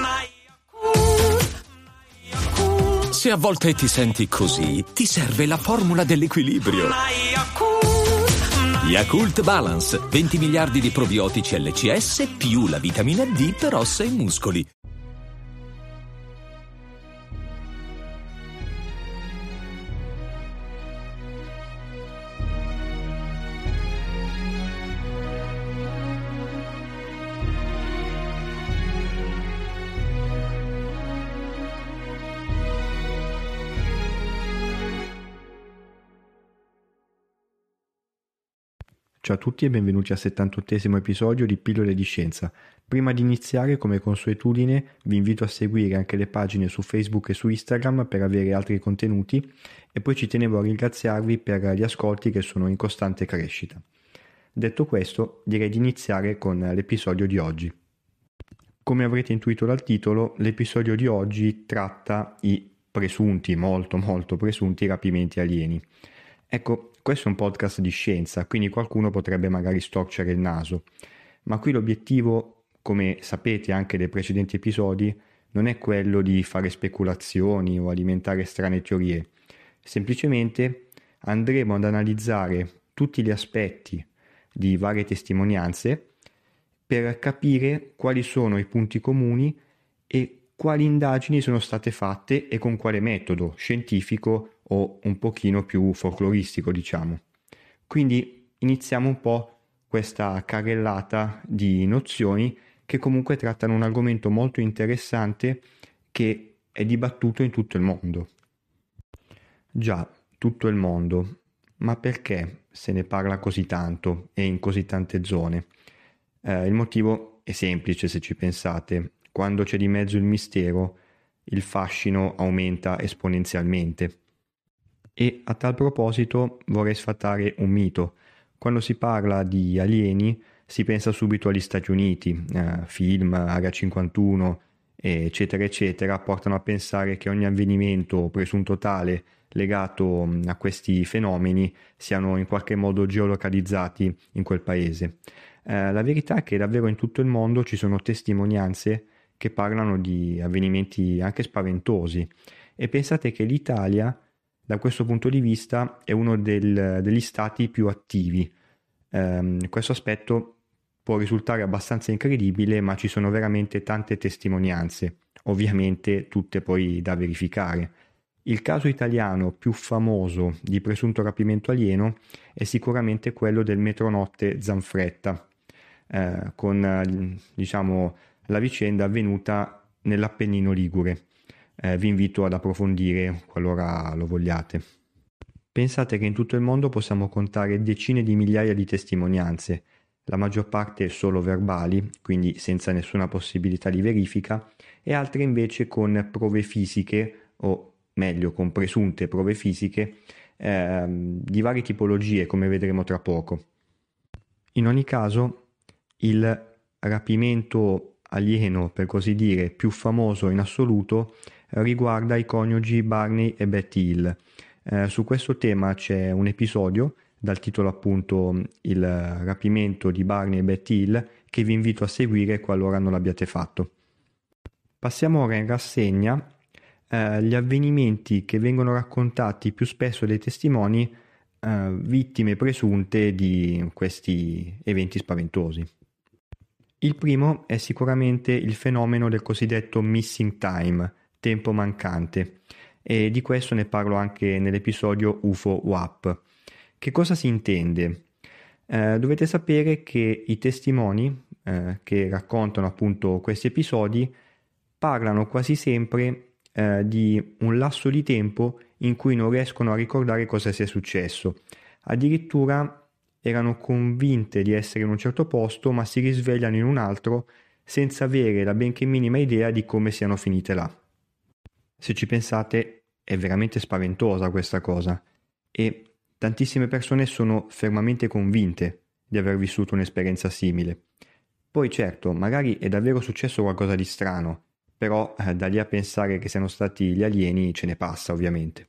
Se a volte ti senti così, ti serve la formula dell'equilibrio. Yakult Balance, 20 miliardi di probiotici LCS più la vitamina D per ossa e muscoli. Ciao a tutti e benvenuti al 78esimo episodio di Pillole di Scienza. Prima di iniziare, come consuetudine, vi invito a seguire anche le pagine su Facebook e su Instagram per avere altri contenuti e poi ci tenevo a ringraziarvi per gli ascolti che sono in costante crescita. Detto questo, direi di iniziare con l'episodio di oggi. Come avrete intuito dal titolo, l'episodio di oggi tratta i presunti, molto presunti rapimenti alieni. Ecco, questo è un podcast di scienza, quindi qualcuno potrebbe magari storcere il naso, ma qui l'obiettivo, come sapete anche dai precedenti episodi, non è quello di fare speculazioni o alimentare strane teorie. Semplicemente andremo ad analizzare tutti gli aspetti di varie testimonianze per capire quali sono i punti comuni e quali indagini sono state fatte e con quale metodo scientifico o un pochino più folcloristico, diciamo. Quindi iniziamo un po' questa carrellata di nozioni che comunque trattano un argomento molto interessante che è dibattuto in tutto il mondo. Già, tutto il mondo, ma perché se ne parla così tanto e in così tante zone? Il motivo è semplice se ci pensate. Quando c'è di mezzo il mistero, il fascino aumenta esponenzialmente. E a tal proposito vorrei sfatare un mito. Quando si parla di alieni si pensa subito agli Stati Uniti, film, Area 51, eccetera, portano a pensare che ogni avvenimento presunto tale legato a questi fenomeni siano in qualche modo geolocalizzati in quel paese. La verità è che davvero in tutto il mondo ci sono testimonianze che parlano di avvenimenti anche spaventosi e pensate che l'Italia da questo punto di vista è uno degli stati più attivi. Questo aspetto può risultare abbastanza incredibile, ma ci sono veramente tante testimonianze, ovviamente tutte poi da verificare. Il caso italiano più famoso di presunto rapimento alieno è sicuramente quello del metronotte Zanfretta, con diciamo la vicenda avvenuta nell'Appennino Ligure. Vi invito ad approfondire qualora lo vogliate. Pensate che in tutto il mondo possiamo contare decine di migliaia di testimonianze, la maggior parte solo verbali, quindi senza nessuna possibilità di verifica, e altre invece con prove fisiche, o meglio con presunte prove fisiche, di varie tipologie, come vedremo tra poco. In ogni caso, il rapimento alieno, per così dire, più famoso in assoluto riguarda i coniugi Barney e Betty Hill. Su questo tema c'è un episodio dal titolo appunto Il rapimento di Barney e Betty Hill che vi invito a seguire qualora non l'abbiate fatto. Passiamo ora in rassegna gli avvenimenti che vengono raccontati più spesso dai testimoni vittime presunte di questi eventi spaventosi. Il primo è sicuramente il fenomeno del cosiddetto missing time, tempo mancante, e di questo ne parlo anche nell'episodio UFO WAP. Che cosa si intende? Dovete sapere che i testimoni che raccontano appunto questi episodi parlano quasi sempre di un lasso di tempo in cui non riescono a ricordare cosa sia successo. Addirittura erano convinte di essere in un certo posto, ma si risvegliano in un altro senza avere la benché minima idea di come siano finite là. Se ci pensate, è veramente spaventosa questa cosa e tantissime persone sono fermamente convinte di aver vissuto un'esperienza simile. Poi certo, magari è davvero successo qualcosa di strano, però da lì a pensare che siano stati gli alieni ce ne passa ovviamente.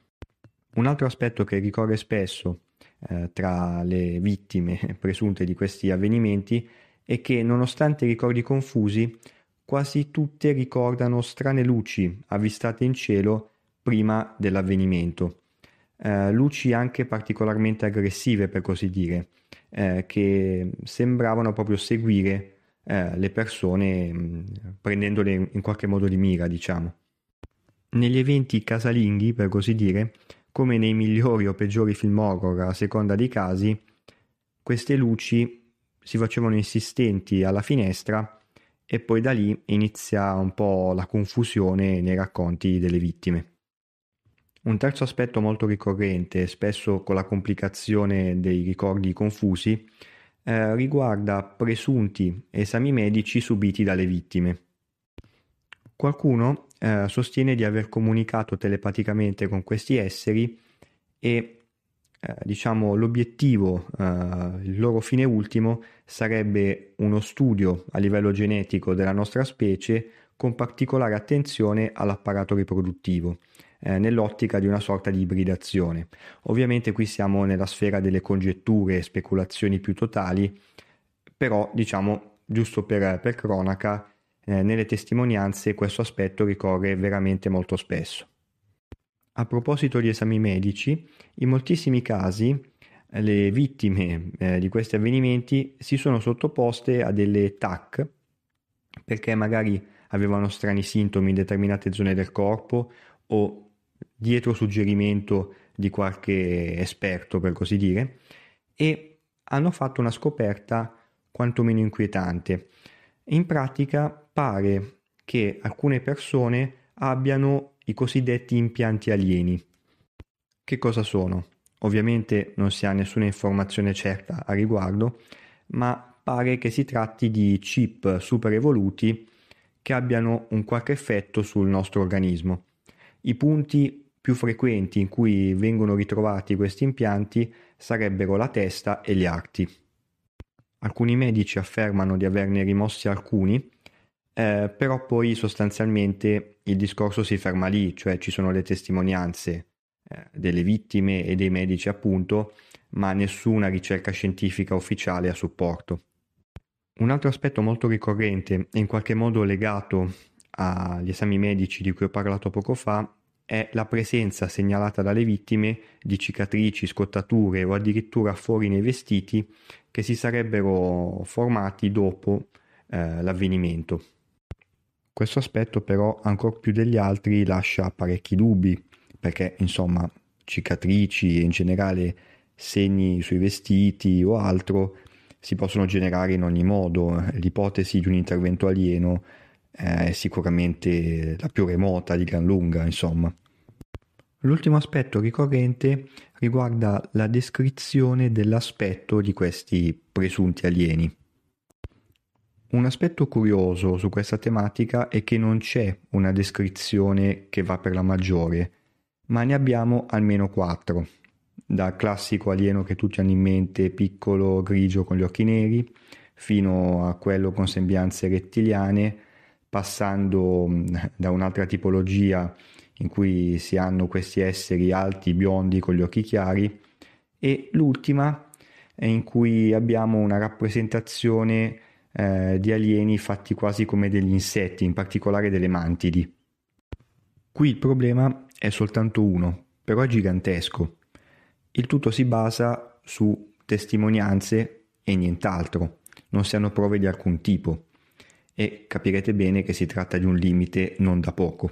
Un altro aspetto che ricorre spesso tra le vittime presunte di questi avvenimenti è che nonostante i ricordi confusi, quasi tutte ricordano strane luci avvistate in cielo prima dell'avvenimento. Luci anche particolarmente aggressive, per così dire, che sembravano proprio seguire le persone, prendendole in qualche modo di mira, diciamo. Negli eventi casalinghi, per così dire, come nei migliori o peggiori film horror a seconda dei casi, queste luci si facevano insistenti alla finestra e poi da lì inizia un po' la confusione nei racconti delle vittime. Un terzo aspetto molto ricorrente, spesso con la complicazione dei ricordi confusi, riguarda presunti esami medici subiti dalle vittime. Qualcuno sostiene di aver comunicato telepaticamente con questi esseri e diciamo l'obiettivo, il loro fine ultimo sarebbe uno studio a livello genetico della nostra specie con particolare attenzione all'apparato riproduttivo, nell'ottica di una sorta di ibridazione. Ovviamente qui siamo nella sfera delle congetture e speculazioni più totali, però diciamo, giusto per cronaca, nelle testimonianze questo aspetto ricorre veramente molto spesso. A proposito di esami medici, in moltissimi casi le vittime di questi avvenimenti si sono sottoposte a delle TAC perché magari avevano strani sintomi in determinate zone del corpo o dietro suggerimento di qualche esperto, per così dire, e hanno fatto una scoperta quantomeno inquietante. In pratica pare che alcune persone abbiano i cosiddetti impianti alieni. Che cosa sono? Ovviamente non si ha nessuna informazione certa a riguardo, ma pare che si tratti di chip super evoluti che abbiano un qualche effetto sul nostro organismo. I punti più frequenti in cui vengono ritrovati questi impianti sarebbero la testa e gli arti. Alcuni medici affermano di averne rimossi alcuni, però poi sostanzialmente il discorso si ferma lì, cioè ci sono le testimonianze delle vittime e dei medici appunto, ma nessuna ricerca scientifica ufficiale a supporto. Un altro aspetto molto ricorrente e in qualche modo legato agli esami medici di cui ho parlato poco fa è la presenza segnalata dalle vittime di cicatrici, scottature o addirittura fori nei vestiti che si sarebbero formati dopo l'avvenimento. Questo aspetto però ancor più degli altri lascia parecchi dubbi, perché insomma cicatrici e in generale segni sui vestiti o altro si possono generare in ogni modo. L'ipotesi di un intervento alieno è sicuramente la più remota di gran lunga, insomma. L'ultimo aspetto ricorrente riguarda la descrizione dell'aspetto di questi presunti alieni. Un aspetto curioso su questa tematica è che non c'è una descrizione che va per la maggiore, ma ne abbiamo almeno 4. Dal classico alieno che tutti hanno in mente, piccolo, grigio con gli occhi neri, fino a quello con sembianze rettiliane, passando da un'altra tipologia in cui si hanno questi esseri alti, biondi con gli occhi chiari, e l'ultima è in cui abbiamo una rappresentazione di alieni fatti quasi come degli insetti, in particolare delle mantidi. Qui il problema è soltanto uno, però è gigantesco. Il tutto si basa su testimonianze e nient'altro, non si hanno prove di alcun tipo e capirete bene che si tratta di un limite non da poco.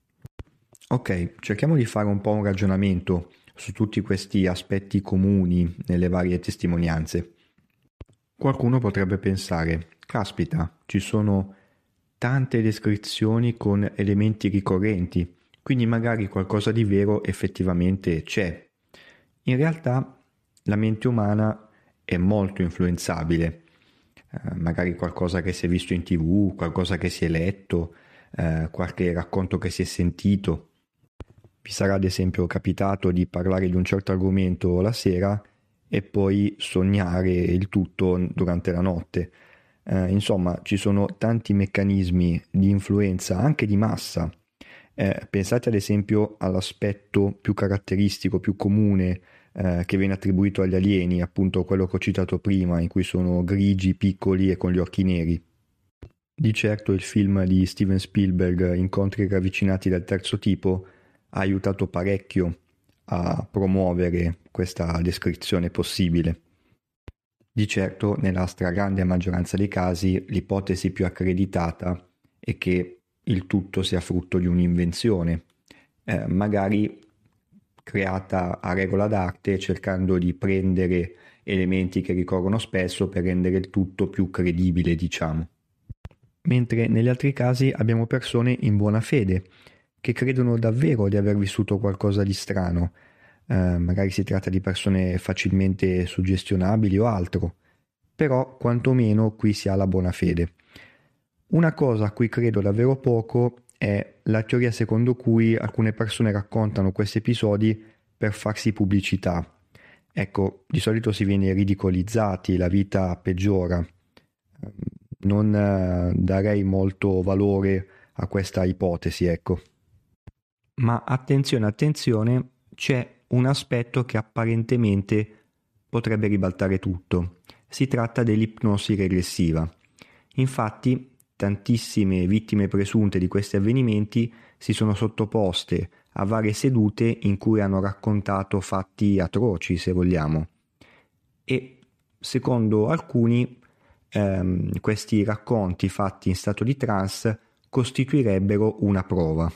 Ok, cerchiamo di fare un po' un ragionamento su tutti questi aspetti comuni nelle varie testimonianze. Qualcuno potrebbe pensare, caspita, ci sono tante descrizioni con elementi ricorrenti, quindi magari qualcosa di vero effettivamente c'è. In realtà la mente umana è molto influenzabile, magari qualcosa che si è visto in TV, qualcosa che si è letto, qualche racconto che si è sentito. Vi sarà ad esempio capitato di parlare di un certo argomento la sera e poi sognare il tutto durante la notte. Insomma, ci sono tanti meccanismi di influenza, anche di massa. Pensate ad esempio all'aspetto più caratteristico, più comune che viene attribuito agli alieni, appunto quello che ho citato prima, in cui sono grigi, piccoli e con gli occhi neri. Di certo il film di Steven Spielberg, Incontri ravvicinati del terzo tipo, ha aiutato parecchio a promuovere questa descrizione possibile. Di certo, nella stragrande maggioranza dei casi, l'ipotesi più accreditata è che il tutto sia frutto di un'invenzione, magari creata a regola d'arte, cercando di prendere elementi che ricorrono spesso per rendere il tutto più credibile, diciamo. Mentre negli altri casi abbiamo persone in buona fede, che credono davvero di aver vissuto qualcosa di strano. Magari si tratta di persone facilmente suggestionabili o altro, però quantomeno qui si ha la buona fede. Una cosa a cui credo davvero poco è la teoria secondo cui alcune persone raccontano questi episodi per farsi pubblicità. Ecco, di solito si viene ridicolizzati, la vita peggiora. Non darei molto valore a questa ipotesi, ecco. Ma attenzione, c'è un aspetto che apparentemente potrebbe ribaltare tutto. Si tratta dell'ipnosi regressiva. Infatti, tantissime vittime presunte di questi avvenimenti si sono sottoposte a varie sedute in cui hanno raccontato fatti atroci, se vogliamo. E secondo alcuni, questi racconti fatti in stato di trance costituirebbero una prova.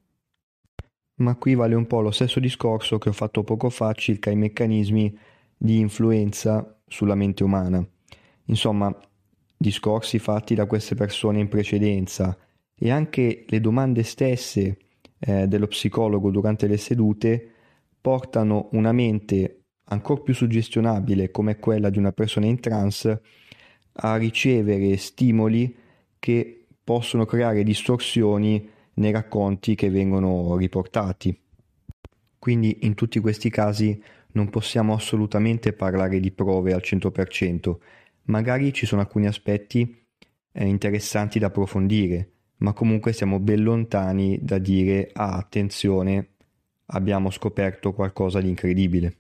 Ma qui vale un po' lo stesso discorso che ho fatto poco fa circa i meccanismi di influenza sulla mente umana. Insomma, discorsi fatti da queste persone in precedenza e anche le domande stesse dello psicologo durante le sedute portano una mente ancora più suggestionabile come quella di una persona in trance a ricevere stimoli che possono creare distorsioni nei racconti che vengono riportati. Quindi in tutti questi casi non possiamo assolutamente parlare di prove al 100%. Magari ci sono alcuni aspetti interessanti da approfondire, ma comunque siamo ben lontani da dire attenzione, abbiamo scoperto qualcosa di incredibile.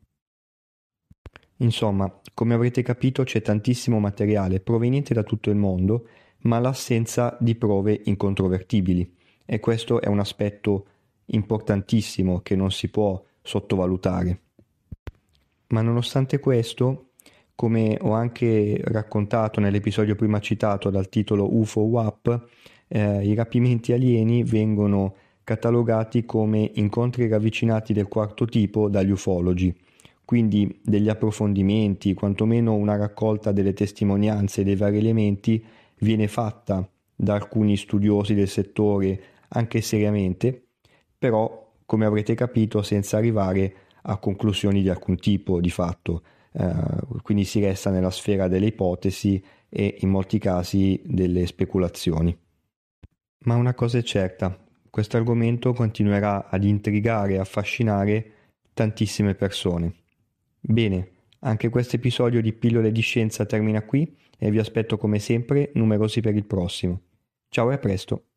Insomma, come avrete capito c'è tantissimo materiale proveniente da tutto il mondo, ma l'assenza di prove incontrovertibili. E questo è un aspetto importantissimo che non si può sottovalutare. Ma nonostante questo, come ho anche raccontato nell'episodio prima citato dal titolo UFO WAP, i rapimenti alieni vengono catalogati come incontri ravvicinati del quarto tipo dagli ufologi. Quindi degli approfondimenti, quantomeno una raccolta delle testimonianze dei vari elementi viene fatta da alcuni studiosi del settore anche seriamente, però come avrete capito senza arrivare a conclusioni di alcun tipo di fatto, quindi si resta nella sfera delle ipotesi e in molti casi delle speculazioni. Ma una cosa è certa, questo argomento continuerà ad intrigare e affascinare tantissime persone. Bene, anche questo episodio di Pillole di Scienza termina qui e vi aspetto come sempre numerosi per il prossimo. Ciao e a presto!